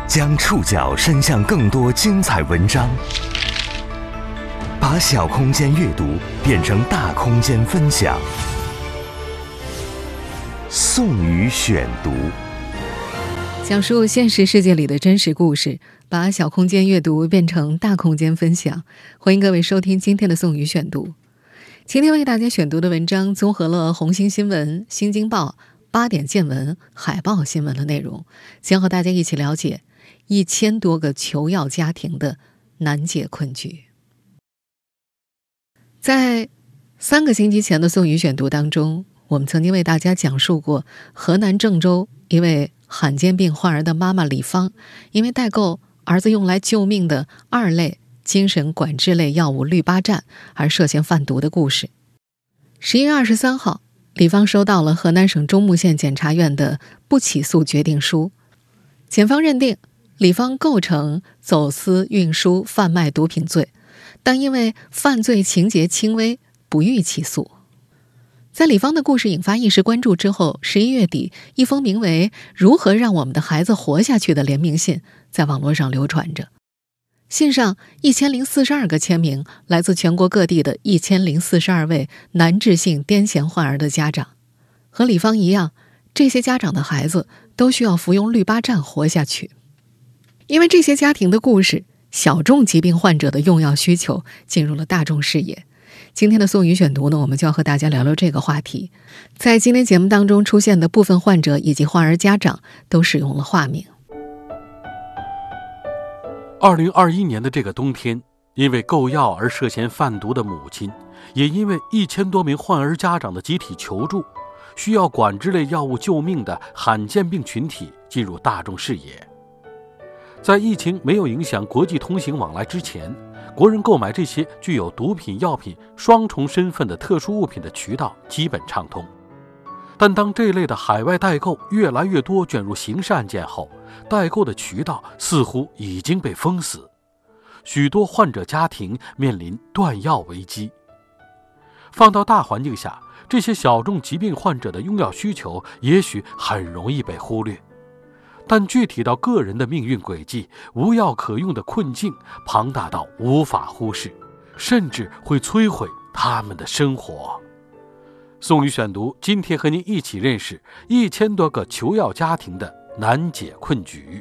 将触角伸向更多精彩文章，把小空间阅读变成大空间分享。宋宇选读， 讲述现实世界里的真实故事，把小空间阅读变成大空间分享。欢迎各位收听今天的宋宇选读。今天为大家选读的文章综合了红星新闻、新京报、8点见闻、海报新闻的内容，将和大家一起了解1000多个求药家庭的难解困局。在3个星期前的宋宇选读当中，我们曾经为大家讲述过河南郑州一位罕见病患儿的妈妈李芳，因为代购儿子用来救命的2类精神管制类药物氯巴占而涉嫌贩毒的故事。11月23号，李芳收到了河南省中牟县检察院的不起诉决定书，检方认定李芳构成走私、运输、贩卖毒品罪，但因为犯罪情节轻微，不予起诉。在李芳的故事引发一时关注之后，11月底，一封名为《如何让我们的孩子活下去》的联名信在网络上流传着。信上1042个签名，来自全国各地的1042位难治性癫痫患儿的家长。和李芳一样，这些家长的孩子都需要服用氯巴占活下去。因为这些家庭的故事，小众疾病患者的用药需求进入了大众视野。今天的宋宇选读呢，我们就要和大家聊聊这个话题。在今天节目当中出现的部分患者以及患儿家长都使用了化名。 2021年的这个冬天，因为购药而涉嫌贩毒的母亲，也因为1000多名患儿家长的集体求助，需要管制类药物救命的罕见病群体进入大众视野。在疫情没有影响国际通行往来之前，国人购买这些具有毒品、药品双重身份的特殊物品的渠道基本畅通。但当这类的海外代购越来越多卷入刑事案件后，代购的渠道似乎已经被封死，许多患者家庭面临断药危机。放到大环境下，这些小众疾病患者的用药需求也许很容易被忽略，但具体到个人的命运轨迹，无药可用的困境庞大到无法忽视，甚至会摧毁他们的生活。宋宇选读今天和您一起认识1000多个求药家庭的难解困局。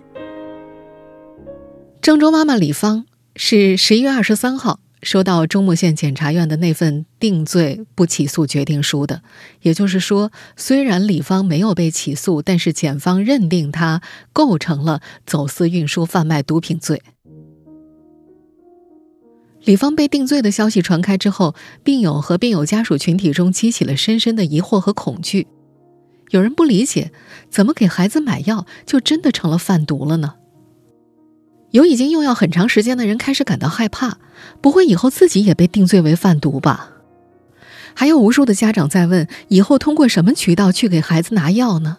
郑州妈妈李芳是11月23号收到中牟县检察院的那份定罪不起诉决定书的。也就是说，虽然李芳没有被起诉，但是检方认定她构成了走私、运输、贩卖毒品罪。李芳被定罪的消息传开之后，病友和病友家属群体中激起了深深的疑惑和恐惧。有人不理解，怎么给孩子买药就真的成了贩毒了呢？有已经用药很长时间的人开始感到害怕，不会以后自己也被定罪为贩毒吧？还有无数的家长在问，以后通过什么渠道去给孩子拿药呢？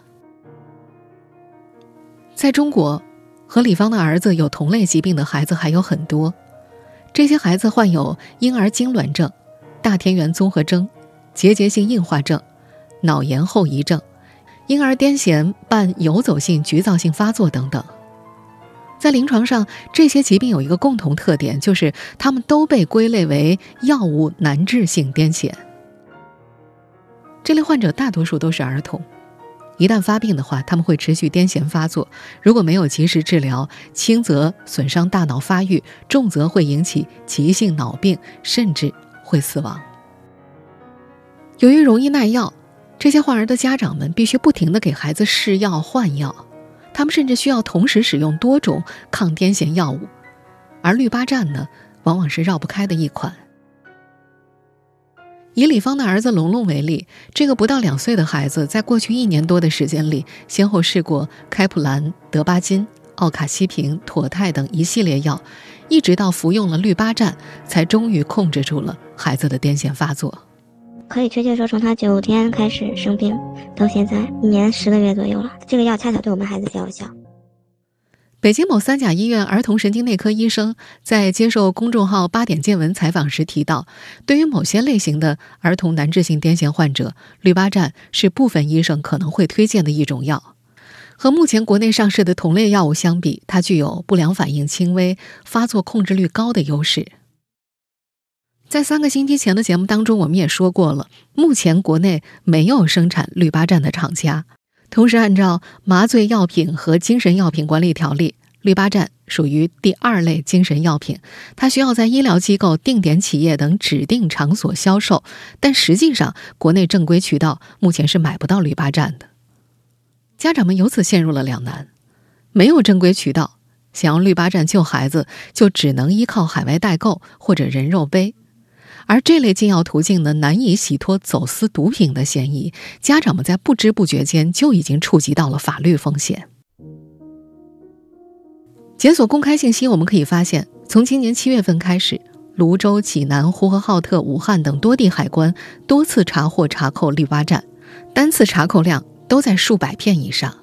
在中国，和李芳的儿子有同类疾病的孩子还有很多。这些孩子患有婴儿痉挛症、大田园综合征、结节性硬化症、脑炎后遗症、婴儿癫痫伴游走性局灶性发作等等。在临床上，这些疾病有一个共同特点，就是他们都被归类为药物难治性癫痫。这类患者大多数都是儿童，一旦发病的话，他们会持续癫痫发作，如果没有及时治疗，轻则损伤大脑发育，重则会引起急性脑病，甚至会死亡。由于容易耐药，这些患儿的家长们必须不停地给孩子试药换药，他们甚至需要同时使用多种抗癫痫药物，而氯巴占呢，往往是绕不开的一款。以李芳的儿子龙龙为例，这个不到2岁的孩子在过去1年多的时间里，先后试过开普兰、德巴金、奥卡西平、妥泰等一系列药，一直到服用了氯巴占，才终于控制住了孩子的癫痫发作。 可以确切说，从他9天开始生病到现在1年10个月左右了，这个药恰巧对我们孩子比较有效。 北京某3甲医院儿童神经内科医生在接受公众号8点见闻采访时提到，对于某些类型的儿童难治性癫痫患者，氯巴占是部分医生可能会推荐的一种药。 和目前国内上市的同类药物相比，它具有不良反应轻微、发作控制率高的优势。在3个星期前的节目当中，我们也说过了，目前国内没有生产氯巴占的厂家。同时，按照麻醉药品和精神药品管理条例，氯巴占属于第2类精神药品，它需要在医疗机构、定点企业等指定场所销售，但实际上国内正规渠道目前是买不到氯巴占的。家长们由此陷入了两难，没有正规渠道，想用氯巴占救孩子，就只能依靠海外代购或者人肉背。而这类禁药途径呢，难以洗脱走私毒品的嫌疑，家长们在不知不觉间就已经触及到了法律风险。检索公开信息，我们可以发现，从今年7月份开始，泸州、济南、呼和浩特、武汉等多地海关多次查获查扣氯巴占，单次查扣量都在数百片以上。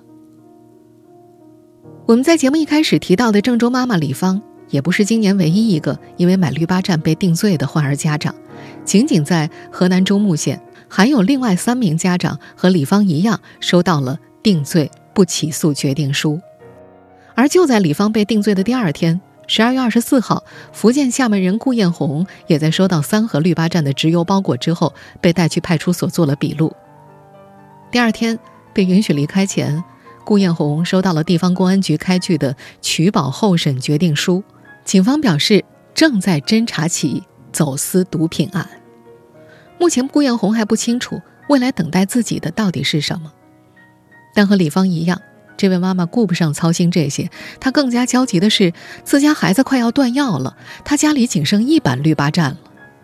我们在节目一开始提到的郑州妈妈李芳，也不是今年唯一一个因为买氯巴占被定罪的患儿家长，仅仅在河南中牟县，还有另外3名家长和李芳一样收到了定罪不起诉决定书。而就在李芳被定罪的第2天，12月24号，福建厦门人顾艳红也在收到3盒氯巴占的直邮包裹之后，被带去派出所做了笔录。第2天被允许离开前，顾艳红收到了地方公安局开具的取保候审决定书，警方表示正在侦查起走私毒品案。目前顾艳红还不清楚未来等待自己的到底是什么，但和李芳一样，这位妈妈顾不上操心这些，她更加焦急的是自家孩子快要断药了，她家里仅剩1板氯巴占了。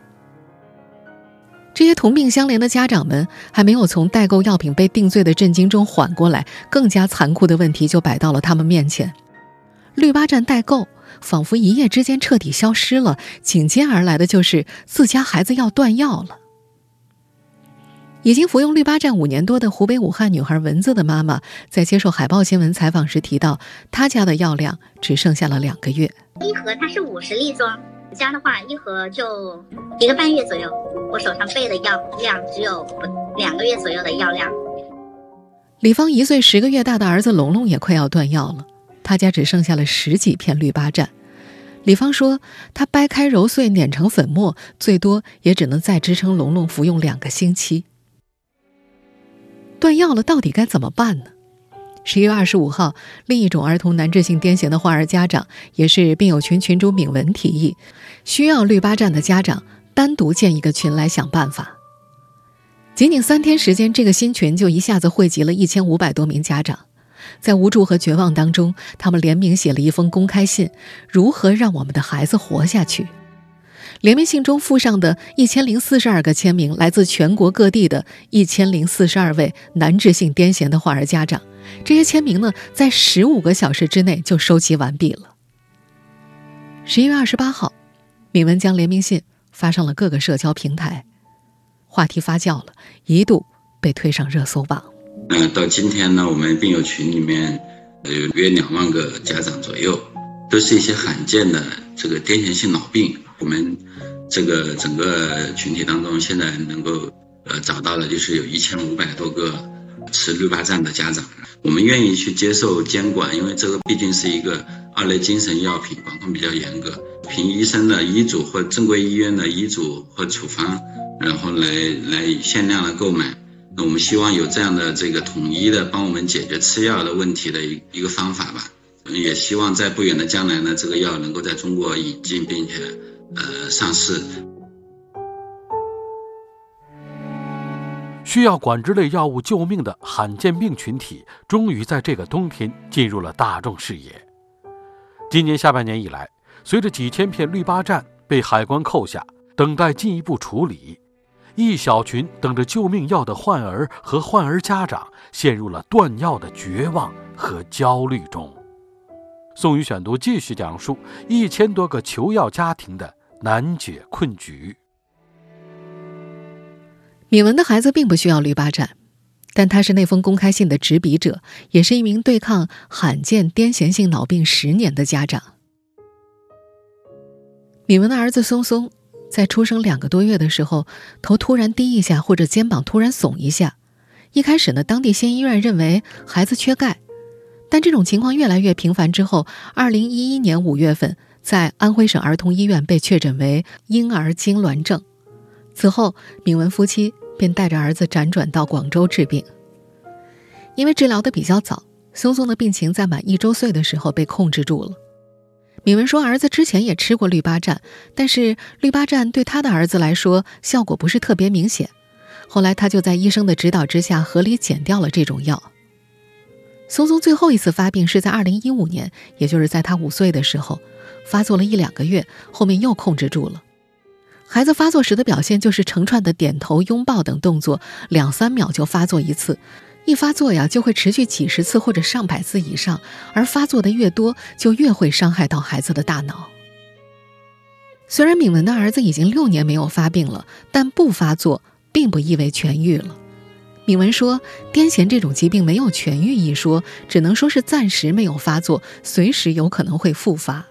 这些同病相怜的家长们还没有从代购药品被定罪的震惊中缓过来，更加残酷的问题就摆到了他们面前。氯巴占代购仿佛一夜之间彻底消失了，紧接而来的就是自家孩子要断药了。已经服用氯巴占5年多的湖北武汉女孩文字的妈妈，在接受海报新闻采访时提到，她家的药量只剩下了2个月。 一盒它是50粒装，家的话一盒就1个半月左右，我手上备的药量只有2个月左右的药量。 李芳1岁10个月大的儿子龙龙也快要断药了，他家只剩下了10几片氯巴占。李芳说，他掰开揉碎碾成粉末，最多也只能再支撑龙龙服用2个星期。断药了，到底该怎么办呢？11月25号，另一种儿童难治性癫痫的患儿家长，也是病友群群主敏文提议，需要氯巴占的家长单独建一个群来想办法。仅仅3天时间，这个新群就一下子汇集了1500多名家长。在无助和绝望当中，他们联名写了一封公开信，如何让我们的孩子活下去。联名信中附上的1042个签名，来自全国各地的1042位难治性癫痫的患儿家长。这些签名呢，在15个小时之内就收集完毕了。11月28号，敏文将联名信发上了各个社交平台，话题发酵了，一度被推上热搜榜。 到今天呢，我们病友群里面有约2万个家长左右，都是一些罕见的这个癫痫性脑病。我们这个整个群体当中，现在能够找到了就是有1500多个吃氯巴占的家长。我们愿意去接受监管，因为这个毕竟是一个2类精神药品，管控比较严格，凭医生的医嘱或正规医院的医嘱和处方，然后来限量的购买。那我们希望有这样的这个统一的帮我们解决吃药的问题的一个方法吧。也希望在不远的将来呢，这个药能够在中国引进并且上市。 需要管制类药物救命的罕见病群体，终于在这个冬天进入了大众视野。今年下半年以来，随着几千片氯巴占被海关扣下，等待进一步处理，一小群等着救命药的患儿和患儿家长陷入了断药的绝望和焦虑中。宋宇选读继续讲述1000多个求药家庭的难解困局。 敏文的孩子并不需要氯巴占，但他是那封公开信的执笔者，也是一名对抗罕见癫痫性脑病10年的家长。敏文的儿子松松在出生2个多月的时候，头突然低一下，或者肩膀突然耸一下。一开始呢，当地县医院认为孩子缺钙， 但这种情况越来越频繁之后，2011年5月份，在安徽省儿童医院被确诊为婴儿痉挛症。此后，闵文夫妻便带着儿子辗转到广州治病。因为治疗的比较早，松松的病情在满1周岁的时候被控制住了。闵文说，儿子之前也吃过氯巴占，但是氯巴占对他的儿子来说效果不是特别明显。后来他就在医生的指导之下合理减掉了这种药。松松最后一次发病是在2015年，也就是在他5岁的时候，发作了1-2个月，后面又控制住了。孩子发作时的表现就是成串的点头、拥抱等动作，2-3秒就发作一次。一发作呀，就会持续几十次或者上百次以上，而发作的越多，就越会伤害到孩子的大脑。虽然闵文的儿子已经6年没有发病了，但不发作并不意味痊愈了。闵文说，癫痫这种疾病没有痊愈一说，只能说是暂时没有发作，随时有可能会复发。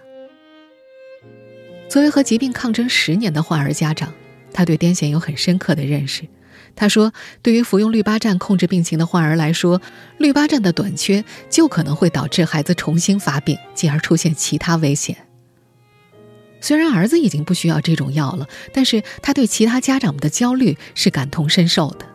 作为和疾病抗争10年的患儿家长，他对癫痫有很深刻的认识。他说，对于服用氯巴占控制病情的患儿来说，氯巴占的短缺就可能会导致孩子重新发病，进而出现其他危险。虽然儿子已经不需要这种药了，但是他对其他家长们的焦虑是感同身受的。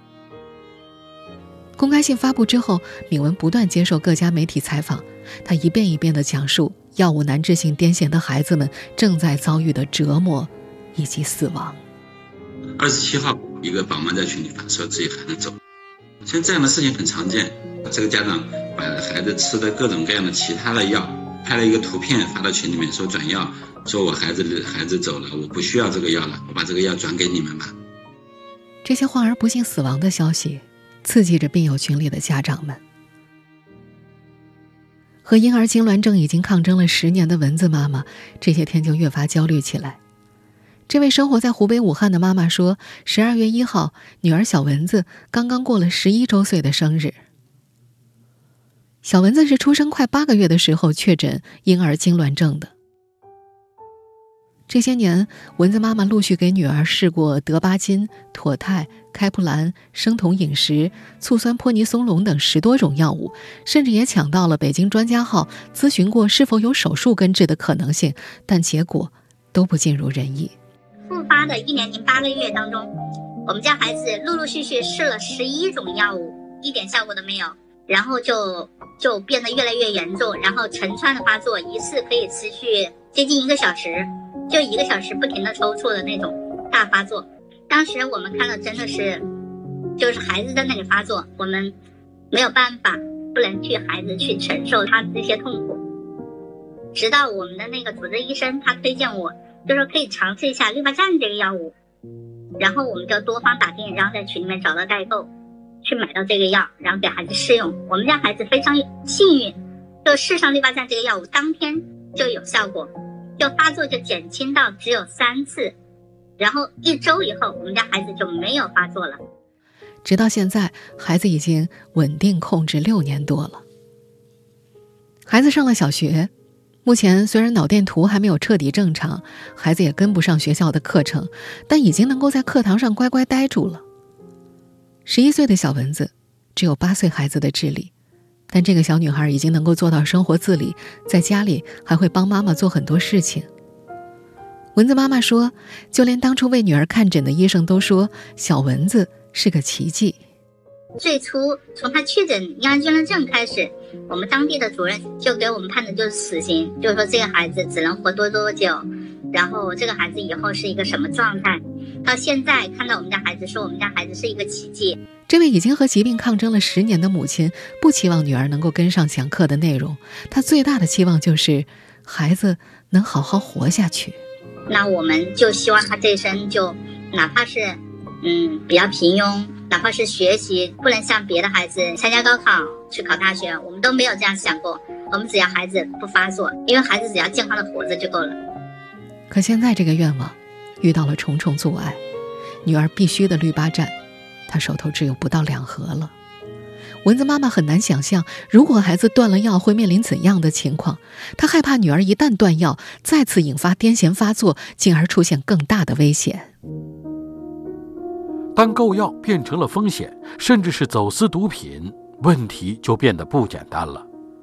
公开信发布之后，闵文不断接受各家媒体采访，他一遍一遍地讲述药物难治性癫痫的孩子们正在遭遇的折磨以及死亡。 27号，一个宝妈在群里发说自己孩子走，像这样的事情很常见。这个家长把孩子吃的各种各样的其他的药拍了一个图片发到群里面，说转药，说我孩子走了，我不需要这个药了，我把这个药转给你们吧。 这些患儿不幸死亡的消息刺激着病友群里的家长们。和婴儿痉挛症已经抗争了10年的蚊子妈妈，这些天就越发焦虑起来。这位生活在湖北武汉的妈妈说，12月1号，女儿小蚊子刚刚过了11周岁的生日。小蚊子是出生快8个月的时候确诊婴儿痉挛症的。这些年，蚊子妈妈陆续给女儿试过德巴金、妥泰、开普兰、生酮饮食、醋酸泼尼松龙等10多种药物，甚至也抢到了北京专家号咨询过是否有手术根治的可能性，但结果都不尽如人意。 复发的1年08个月当中，我们家孩子陆陆续续试了11种药物，一点效果都没有，然后就变得越来越严重，然后成串的发作，一次可以持续接近1个小时，就1个小时不停的抽搐的那种大发作。当时我们看到真的是，就是孩子在那里发作，我们没有办法，不能去孩子去承受他这些痛苦。直到我们的那个主治医生他推荐我，就说可以尝试一下氯巴占这个药物，然后我们就多方打听，然后在群里面找到代购，去买到这个药，然后给孩子试用。我们家孩子非常幸运，就试上氯巴占这个药物，当天就有效果，就发作就减轻到只有3次，然后1周以后，我们家孩子就没有发作了。 直到现在，孩子已经稳定控制6年多了。孩子上了小学，目前虽然脑电图还没有彻底正常，孩子也跟不上学校的课程，但已经能够在课堂上乖乖待住了。11岁的小蚊子只有8岁孩子的智力，但这个小女孩已经能够做到生活自理，在家里还会帮妈妈做很多事情。蚊子妈妈说，就连当初为女儿看诊的医生都说小蚊子是个奇迹。 最初从他确诊婴儿痉挛症开始，我们当地的主任就给我们判的就是死刑，就是说这个孩子只能活多久，然后这个孩子以后是一个什么状态。到现在看到我们家孩子，说我们家孩子是一个奇迹。 这位已经和疾病抗争了10年的母亲不期望女儿能够跟上讲课的内容，她最大的期望就是孩子能好好活下去。 那我们就希望他这一生就哪怕是比较平庸，哪怕是学习不能像别的孩子参加高考去考大学，我们都没有这样想过。我们只要孩子不发作，因为孩子只要健康的活着就够了。 可现在这个愿望遇到了重重阻碍，女儿必须的氯巴占，她手头只有不到2盒了。蚊子妈妈很难想象，如果孩子断了药会面临怎样的情况。她害怕女儿一旦断药，再次引发癫痫发作，进而出现更大的危险。 当购药变成了风险，甚至是走私毒品，问题就变得不简单了。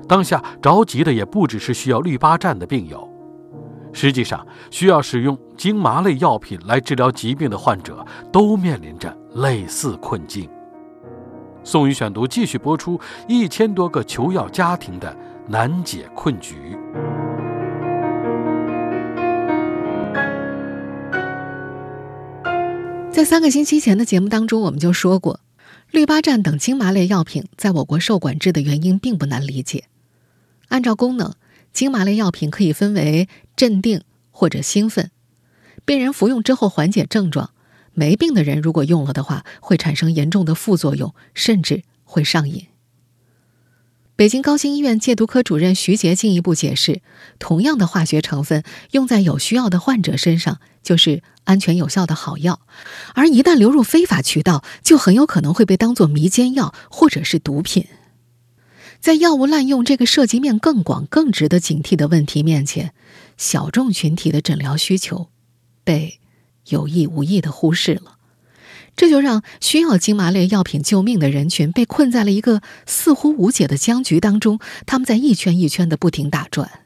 当下着急的也不只是需要氯巴站的病友，实际上需要使用精麻类药品来治疗疾病的患者都面临着类似困境。宋宇选读继续播出1000多个求药家庭的难解困局。 在3个星期前的节目当中，我们就说过，氯巴站等精麻类药品在我国受管制的原因并不难理解。按照功能，精麻类药品可以分为镇定或者兴奋，病人服用之后缓解症状，没病的人如果用了的话，会产生严重的副作用，甚至会上瘾。北京高新医院戒毒科主任徐杰进一步解释，同样的化学成分用在有需要的患者身上，就是安全有效的好药，而一旦流入非法渠道，就很有可能会被当作迷奸药或者是毒品。在药物滥用这个涉及面更广、更值得警惕的问题面前，小众群体的诊疗需求被有意无意地忽视了。这就让需要精麻类药品救命的人群被困在了一个似乎无解的僵局当中，他们在一圈一圈的不停打转。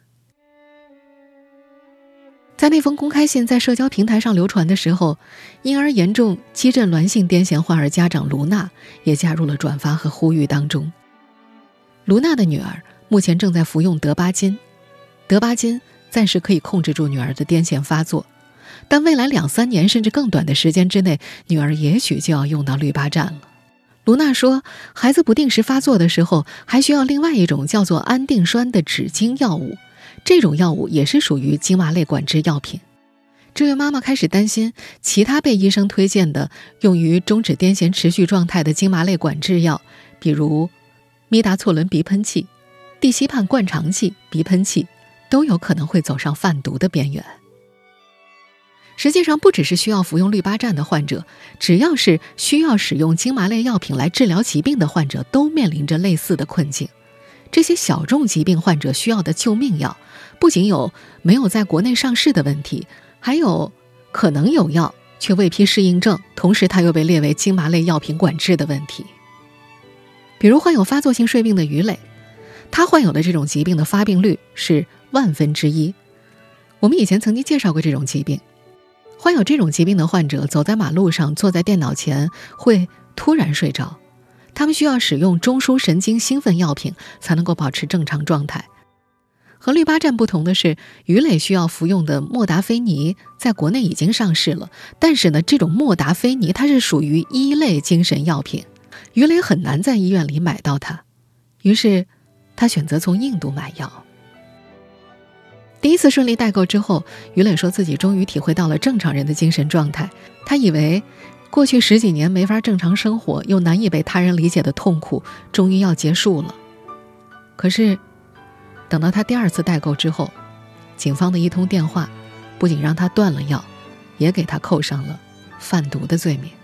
在那封公开信在社交平台上流传的时候，因而严重肌症挛性癫痫患儿家长卢娜也加入了转发和呼吁当中。卢娜的女儿目前正在服用德巴金，德巴金暂时可以控制住女儿的癫痫发作，但未来2-3年甚至更短的时间之内，女儿也许就要用到氯巴站了。卢娜说，孩子不定时发作的时候，还需要另外一种叫做安定栓的止惊药物，这种药物也是属于精麻类管制药品。这位妈妈开始担心，其他被医生推荐的用于终止癫痫持续状态的精麻类管制药，比如咪达唑仑鼻喷剂、地西泮灌肠剂鼻喷剂，都有可能会走上贩毒的边缘。实际上，不只是需要服用氯巴站的患者，只要是需要使用精麻类药品来治疗疾病的患者，都面临着类似的困境。这些小众疾病患者需要的救命药，不仅有没有在国内上市的问题，还有可能有药却未批适应症，同时它又被列为精麻类药品管制的问题。比如患有发作性睡病的于磊，他患有的这种疾病的发病率是1/1000。我们以前曾经介绍过这种疾病。患有这种疾病的患者走在马路上，坐在电脑前会突然睡着，他们需要使用中枢神经兴奋药品才能够保持正常状态。和氯巴站不同的是，于磊需要服用的莫达菲尼在国内已经上市了，但是呢，这种莫达菲尼它是属于1类精神药品，于磊很难在医院里买到它，于是他选择从印度买药。第一次顺利代购之后，于磊说自己终于体会到了正常人的精神状态。他以为过去10几年没法正常生活，又难以被他人理解的痛苦终于要结束了。可是等到他第2次代购之后，警方的一通电话不仅让他断了药，也给他扣上了贩毒的罪名。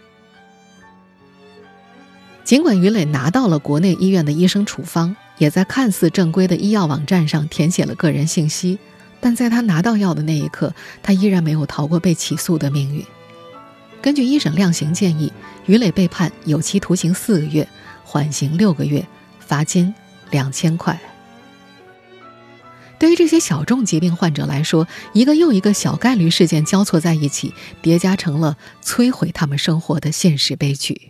尽管于磊拿到了国内医院的医生处方，也在看似正规的医药网站上填写了个人信息，但在他拿到药的那一刻，他依然没有逃过被起诉的命运。根据一审量刑建议，于磊被判有期徒刑4个月，缓刑6个月，罚金2000块。对于这些小众疾病患者来说，一个又一个小概率事件交错在一起，叠加成了摧毁他们生活的现实悲剧。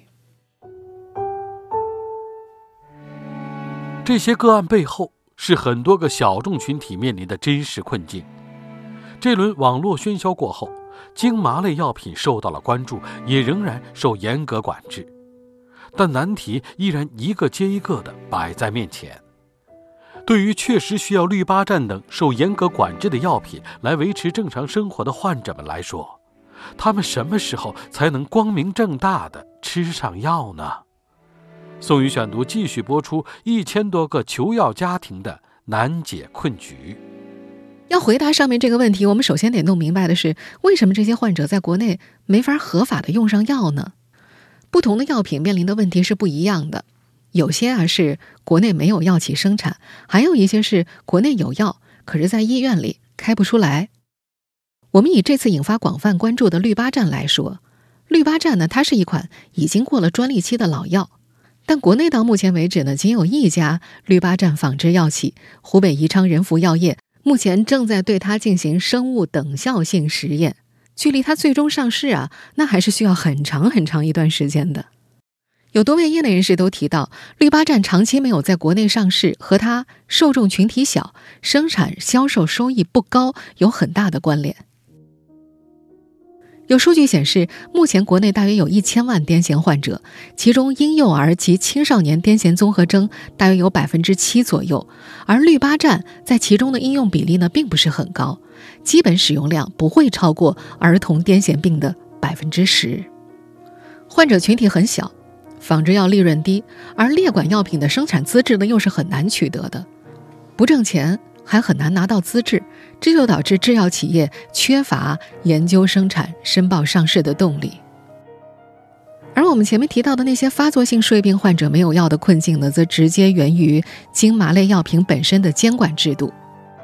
这些个案背后是很多个小众群体面临的真实困境。这轮网络喧嚣过后，精麻类药品受到了关注，也仍然受严格管制，但难题依然一个接一个地摆在面前。对于确实需要氯巴站等受严格管制的药品来维持正常生活的患者们来说，他们什么时候才能光明正大地吃上药呢？宋宇选读继续播出1000多个求药家庭的难解困局。 要回答上面这个问题，我们首先得弄明白的是，为什么这些患者在国内没法合法的用上药呢？不同的药品面临的问题是不一样的，有些是国内没有药企生产，还有一些是国内有药，可是在医院里开不出来。我们以这次引发广泛关注的氯巴站来说，氯巴站呢，它是一款已经过了专利期的老药， 但国内到目前为止呢，仅有一家氯巴占仿制药企湖北宜昌仁孚药业，目前正在对它进行生物等效性实验。距离它最终上市啊，那还是需要很长很长一段时间的。有多位业内人士都提到，氯巴占长期没有在国内上市，和它受众群体小、生产销售收益不高有很大的关联。有数据显示，目前国内大约有1000万癫痫患者，其中婴幼儿及青少年癫痫综合征大约有7%左右，而氯巴占在其中的应用比例呢，并不是很高，基本使用量不会超过儿童癫痫病的10%。患者群体很小，仿制药利润低，而列管药品的生产资质呢又是很难取得的，不挣钱还很难拿到资质，这就导致制药企业缺乏研究生产、申报上市的动力。而我们前面提到的那些发作性睡病患者没有药的困境呢，则直接源于精麻类药品本身的监管制度。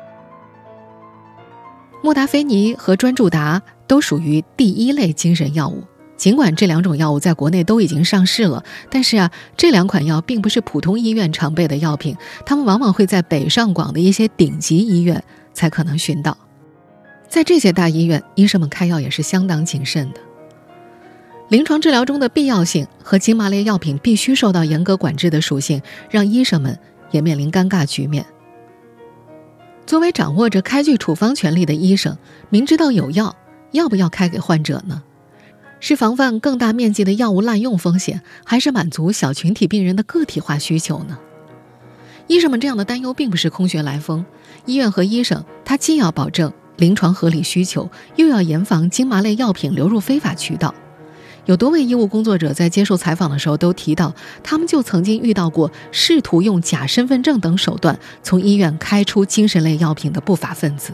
莫达菲尼和专注达都属于第1类精神药物，尽管这2种药物在国内都已经上市了，但是这2款药并不是普通医院常备的药品，它们往往会在北上广的一些顶级医院才可能寻到。在这些大医院，医生们开药也是相当谨慎的。临床治疗中的必要性和精麻类药品必须受到严格管制的属性，让医生们也面临尴尬局面。作为掌握着开具处方权利的医生，明知道有药，要不要开给患者呢？是防范更大面积的药物滥用风险，还是满足小群体病人的个体化需求呢？医生们这样的担忧并不是空穴来风，医院和医生他既要保证临床合理需求，又要严防精麻类药品流入非法渠道。有多位医务工作者在接受采访的时候都提到，他们就曾经遇到过试图用假身份证等手段从医院开出精神类药品的不法分子。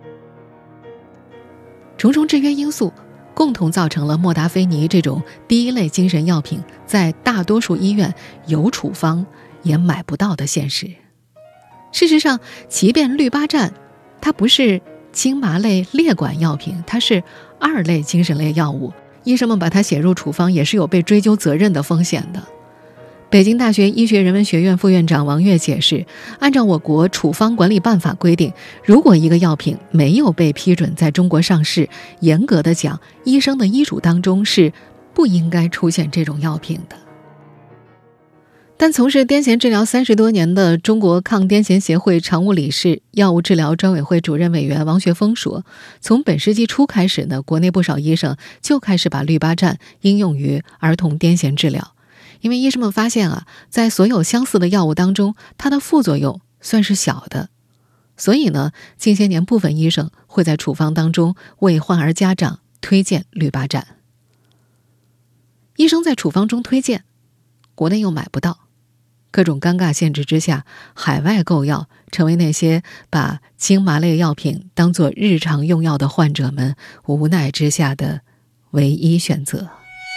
重重制约因素共同造成了莫达菲尼这种第1类精神药品在大多数医院有处方也买不到的现实。事实上，即便氯巴占它不是精麻类列管药品，它是2类精神类药物，医生们把它写入处方也是有被追究责任的风险的。北京大学医学人文学院副院长王悦解释，按照我国处方管理办法规定，如果一个药品没有被批准在中国上市，严格的讲，医生的医嘱当中是不应该出现这种药品的。但从事癫痫治疗30多年的中国抗癫痫协会常务理事、药物治疗专委会主任委员王学峰说，从本世纪初开始呢，国内不少医生就开始把氯巴占应用于儿童癫痫治疗。因为医生们发现在所有相似的药物当中，它的副作用算是小的，所以呢，近些年部分医生会在处方当中为患儿家长推荐氯巴占。医生在处方中推荐，国内又买不到，各种尴尬限制之下，海外购药成为那些把精麻类药品当作日常用药的患者们无奈之下的唯一选择。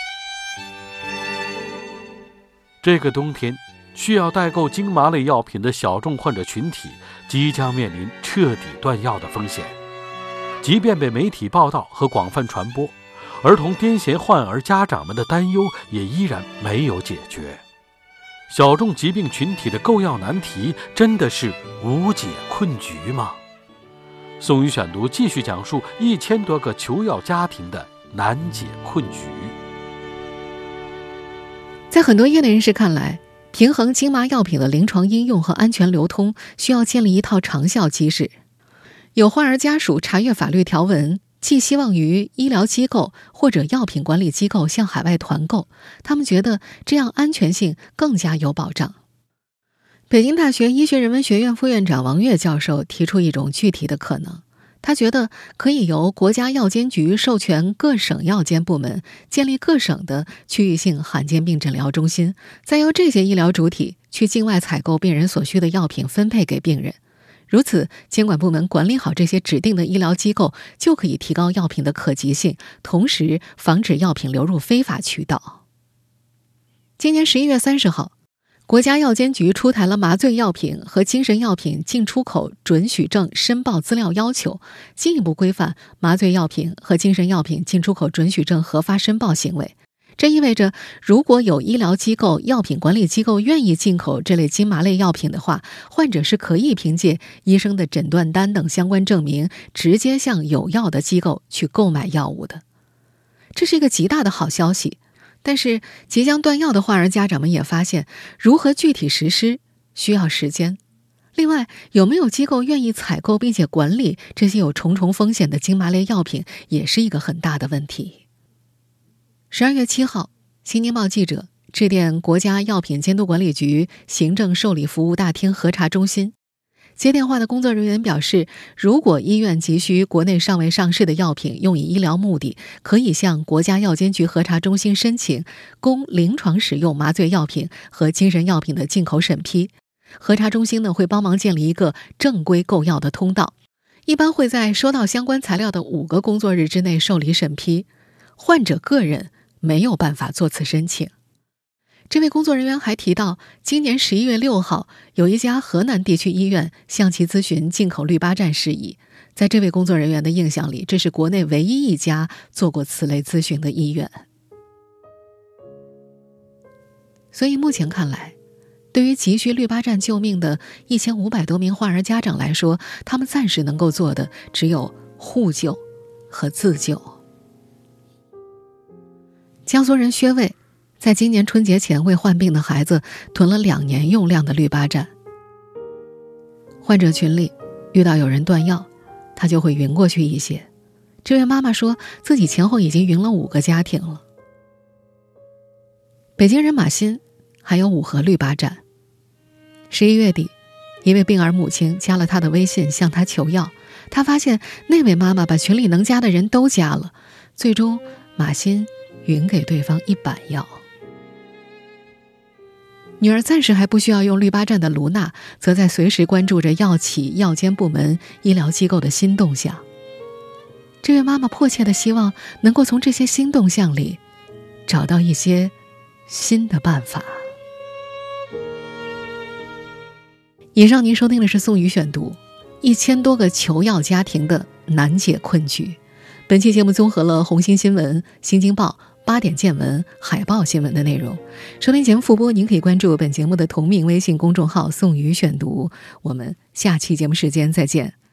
这个冬天，需要代购精麻类药品的小众患者群体即将面临彻底断药的风险。即便被媒体报道和广泛传播，儿童癫痫患儿家长们的担忧也依然没有解决。小众疾病群体的购药难题真的是无解困局吗？宋宇选读继续讲述1000多个求药家庭的难解困局。 在很多业内人士看来，平衡精麻药品的临床应用和安全流通，需要建立一套长效机制。有患儿家属查阅法律条文，寄希望于医疗机构或者药品管理机构向海外团购，他们觉得这样安全性更加有保障。北京大学医学人文学院副院长王悦教授提出一种具体的可能，他觉得可以由国家药监局授权各省药监部门建立各省的区域性罕见病诊疗中心，再由这些医疗主体去境外采购病人所需的药品分配给病人。如此，监管部门管理好这些指定的医疗机构，就可以提高药品的可及性，同时防止药品流入非法渠道。今年11月30号，国家药监局出台了麻醉药品和精神药品进出口准许证申报资料要求，进一步规范麻醉药品和精神药品进出口准许证核发申报行为。 这意味着，如果有医疗机构、药品管理机构愿意进口这类金麻类药品的话，患者是可以凭借医生的诊断单等相关证明，直接向有药的机构去购买药物的。这是一个极大的好消息。但是，即将断药的患儿家长们也发现，如何具体实施需要时间。另外，有没有机构愿意采购并且管理这些有重重风险的金麻类药品，也是一个很大的问题。12月7号，新京报记者致电国家药品监督管理局行政受理服务大厅核查中心。接电话的工作人员表示，如果医院急需国内尚未上市的药品用以医疗目的，可以向国家药监局核查中心申请供临床使用麻醉药品和精神药品的进口审批。核查中心呢会帮忙建立一个正规购药的通道，一般会在收到相关材料的5个工作日之内受理审批。患者个人没有办法做此申请。这位工作人员还提到，今年11月6号，有一家河南地区医院向其咨询进口氯巴占事宜。在这位工作人员的印象里，这是国内唯一一家做过此类咨询的医院。所以目前看来，对于急需氯巴占救命的1500多名患儿家长来说，他们暂时能够做的只有互救和自救。江苏人薛卫在今年春节前为患病的孩子囤了2年用量的氯巴占。患者群里遇到有人断药，他就会匀过去一些。这位妈妈说自己前后已经匀了5个家庭了。北京人马欣还有5盒氯巴占。11月底，一位病儿母亲加了他的微信向他求药，他发现那位妈妈把群里能加的人都加了，最终马欣匀给对方1板药。女儿暂时还不需要用氯巴占的卢娜，则在随时关注着药企、药监部门、医疗机构的新动向。这位妈妈迫切地希望能够从这些新动向里找到一些新的办法。以上您收听的是宋宇选读，1000多个求药家庭的难解困局。本期节目综合了红星新闻、新京报、8点见闻、海报新闻的内容。收听节目复播，您可以关注本节目的同名微信公众号宋宇选读。我们下期节目时间再见。